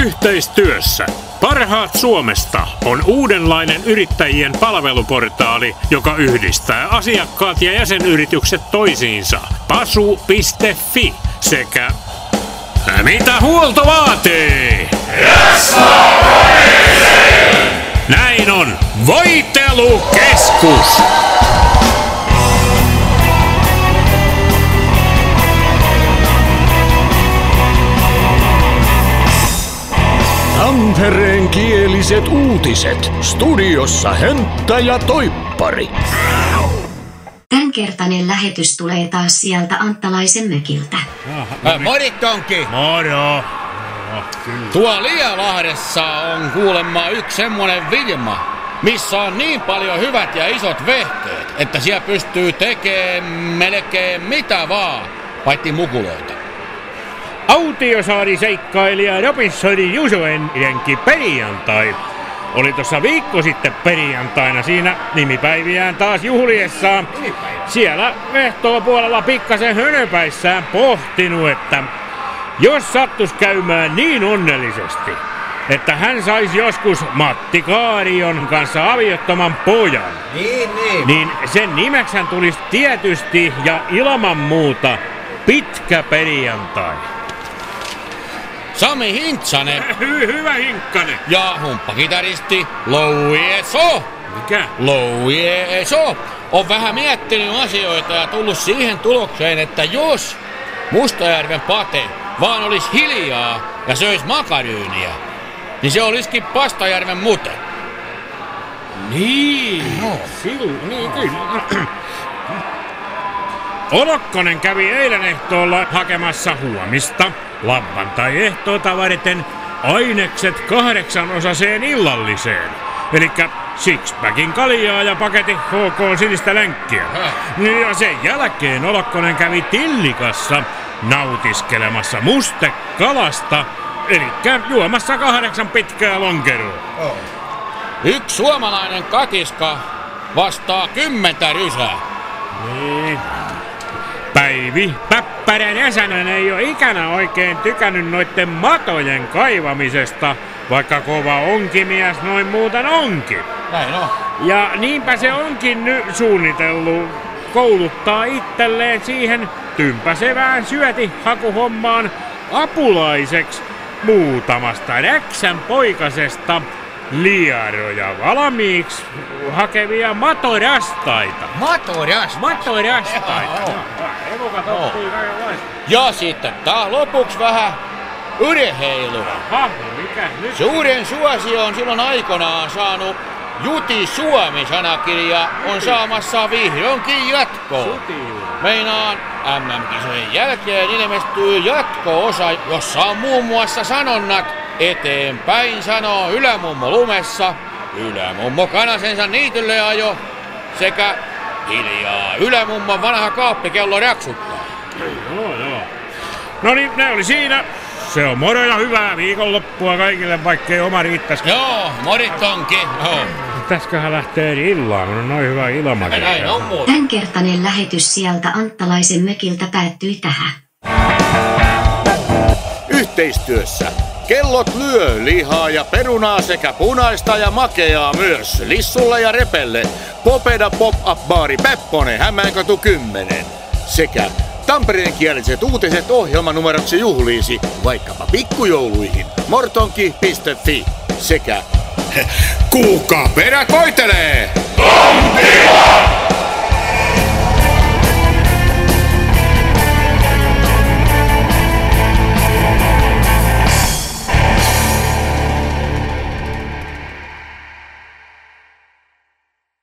Yhteistyössä Parhaat Suomesta on uudenlainen yrittäjien palveluportaali, joka yhdistää asiakkaat ja jäsenyritykset toisiinsa. Pasu.fi sekä Mitä huolto vaatii? Näin on Voitelukeskus! Tampereen kieliset uutiset. Studiossa Hönttä ja Toippari. Tämänkertainen lähetys tulee taas sieltä Anttalaisen mökiltä. Mori Tonki! Moro! Tuo Lialahdessa on kuulemma yksi semmonen vilma, missä on niin paljon hyvät ja isot vehkeet, että siellä pystyy tekemään melkein mitä vaan, paitsi mukuloita. Autiosaari-seikkailija Robinsonin Jusoen perjantai oli tuossa viikko sitten perjantaina siinä nimipäiviään taas juhliessaan. Siellä ehtoopuolella pikkasen hönöpäissään pohtinut, että jos sattus käymään niin onnellisesti, että hän saisi joskus Matti Kaarion kanssa aviottoman pojan, niin sen nimeksän tulisi tietysti ja ilman muuta Pitkä perjantai. Sami Hintsanen Hyvä Hinkkanen. ja humppakitaristi Louie Eso. Mikä? Louie Eso on vähän miettinyt asioita ja tullut siihen tulokseen, että jos Mustajärven Pate vaan olisi hiljaa ja söisi makaryyniä, niin se olisikin Pastajärven Mute. Niin. No. Niin kyllä. Olokkonen kävi eilen ehtoolla hakemassa huomista lauantai-ehtoota varten ainekset 8-osaseen illalliseen. Elikkä sixpackin kaljaa ja paketin HK sinistä lenkkiä. Ja sen jälkeen Olokkonen kävi Tillikassa nautiskelemassa mustekalasta, elikkä juomassa 8 pitkää lonkeroa. Yksi suomalainen katiska vastaa 10 rysää. Niin. Päivi Päppärän Esänen ei ole ikänä oikein tykännyt noitten matojen kaivamisesta, vaikka kova onkimies noin muuten onkin. Näin on. Ja niinpä se onkin nyt suunnitellut kouluttaa itselleen siihen tympäsevään syötihakuhommaan apulaiseksi muutamasta Räksän poikasesta lieroja valmiiksi hakevia matorastaita. Matorastaita. Evokat oppii kaikenlaista. Ja sitten taas lopuksi vähän urheilua. Mikä nyt? Suuren suosion silloin aikanaan saanut Juti Suomi-sanakirja on saamassa vihdoinkin jatkoon. Meinaan MM-kisojen jälkeen ilmestyy jatko-osa, jossa on muun muassa sanonnat eteenpäin sanoo ylämummo lumessa, ylämummo kanasensa niitylle ajo sekä hiljaa ylämummon vanha kaappikello räksuttaa. Joo. No niin, ne oli siinä. Se on moro ja hyvää viikonloppua kaikille, vaikkei oma riittäisi. Joo, morit onkin. Pitäisköhän lähtee illaan, kun on noin hyvä ilmakin. Näin on muuta. Tämänkertainen lähetys sieltä Anttalaisen mökiltä päättyi tähän. Yhteistyössä Kellot lyö lihaa ja perunaa sekä punaista ja makeaa myös Lissulle ja Repelle. Popeda Pop-up-baari Pepponen Hämeenkatu 10. Sekä Tampereen kieliset uutiset ohjelmanumeroksi juhliisi vaikkapa pikkujouluihin. Mortonki.fi sekä Kuukka perä koitelee! Tontila!